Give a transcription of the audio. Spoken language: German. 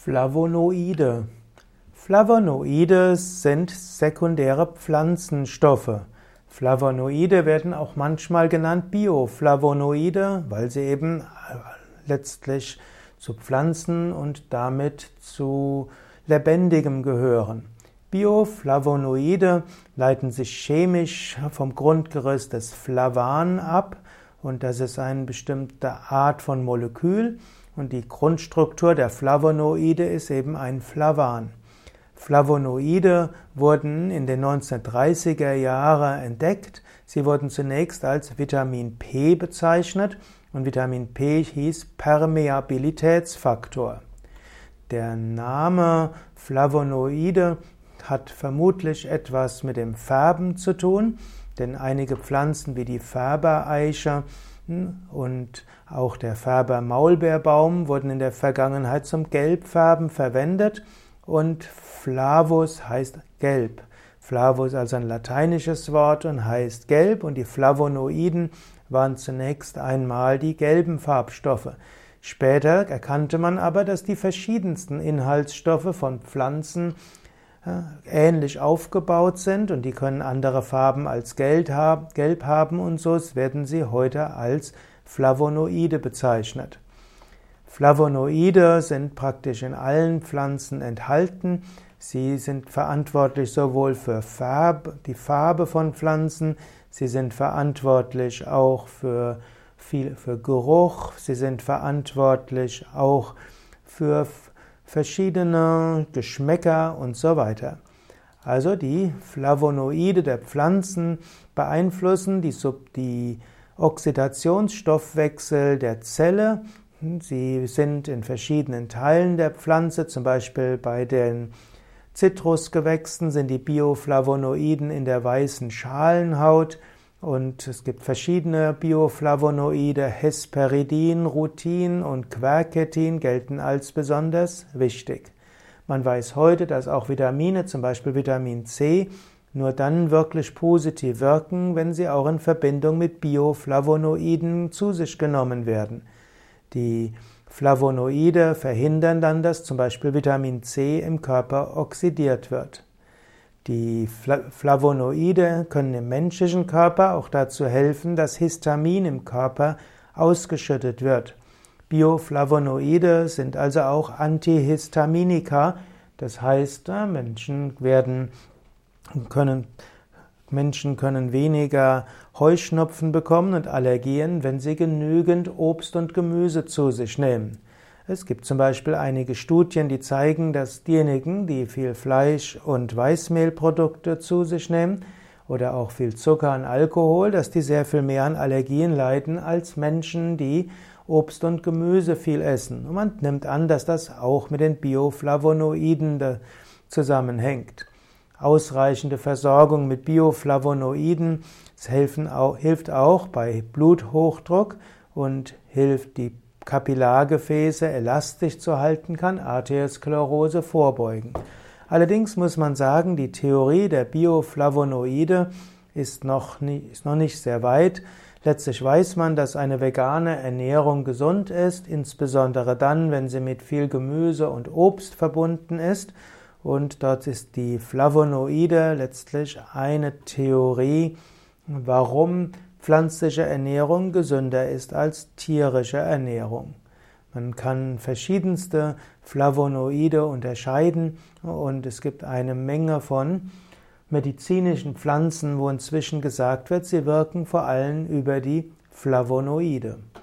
Flavonoide. Flavonoide sind sekundäre Pflanzenstoffe. Flavonoide werden auch manchmal genannt Bioflavonoide, weil sie eben letztlich zu Pflanzen und damit zu Lebendigem gehören. Bioflavonoide leiten sich chemisch vom Grundgerüst des Flavan ab, und das ist eine bestimmte Art von Molekül, und die Grundstruktur der Flavonoide ist eben ein Flavan. Flavonoide wurden in den 1930er Jahren entdeckt. Sie wurden zunächst als Vitamin P bezeichnet, und Vitamin P hieß Permeabilitätsfaktor. Der Name Flavonoide hat vermutlich etwas mit dem Färben zu tun, denn einige Pflanzen wie die Färbereiche und auch der Färber-Maulbeerbaum wurden in der Vergangenheit zum Gelbfärben verwendet, und Flavus heißt gelb. Flavus also ein lateinisches Wort und heißt gelb, und die Flavonoiden waren zunächst einmal die gelben Farbstoffe. Später erkannte man aber, dass die verschiedensten Inhaltsstoffe von Pflanzen ähnlich aufgebaut sind, und die können andere Farben als gelb haben, und so werden sie heute als Flavonoide bezeichnet. Flavonoide sind praktisch in allen Pflanzen enthalten. Sie sind verantwortlich sowohl für die Farbe von Pflanzen, sie sind verantwortlich auch für Geruch, sie sind verantwortlich auch für verschiedene Geschmäcker und so weiter. Also die Flavonoide der Pflanzen beeinflussen die Oxidationsstoffwechsel der Zelle. Sie sind in verschiedenen Teilen der Pflanze, zum Beispiel bei den Zitrusgewächsen sind die Bioflavonoiden in der weißen Schalenhaut, und es gibt verschiedene Bioflavonoide. Hesperidin, Rutin und Quercetin gelten als besonders wichtig. Man weiß heute, dass auch Vitamine, zum Beispiel Vitamin C, nur dann wirklich positiv wirken, wenn sie auch in Verbindung mit Bioflavonoiden zu sich genommen werden. Die Flavonoide verhindern dann, dass zum Beispiel Vitamin C im Körper oxidiert wird. Die Flavonoide können im menschlichen Körper auch dazu helfen, dass Histamin im Körper ausgeschüttet wird. Bioflavonoide sind also auch Antihistaminika, das heißt, Menschen können weniger Heuschnupfen bekommen und Allergien, wenn sie genügend Obst und Gemüse zu sich nehmen. Es gibt zum Beispiel einige Studien, die zeigen, dass diejenigen, die viel Fleisch und Weißmehlprodukte zu sich nehmen oder auch viel Zucker und Alkohol, dass die sehr viel mehr an Allergien leiden als Menschen, die Obst und Gemüse viel essen. Und man nimmt an, dass das auch mit den Bioflavonoiden zusammenhängt. Ausreichende Versorgung mit Bioflavonoiden hilft auch bei Bluthochdruck und hilft, die Kapillargefäße elastisch zu halten, kann Arteriosklerose vorbeugen. Allerdings muss man sagen, die Theorie der Bioflavonoide ist noch nicht sehr weit. Letztlich weiß man, dass eine vegane Ernährung gesund ist, insbesondere dann, wenn sie mit viel Gemüse und Obst verbunden ist. Und dort ist die Flavonoide letztlich eine Theorie, warum pflanzliche Ernährung gesünder ist als tierische Ernährung. Man kann verschiedenste Flavonoide unterscheiden, und es gibt eine Menge von medizinischen Pflanzen, wo inzwischen gesagt wird, sie wirken vor allem über die Flavonoide.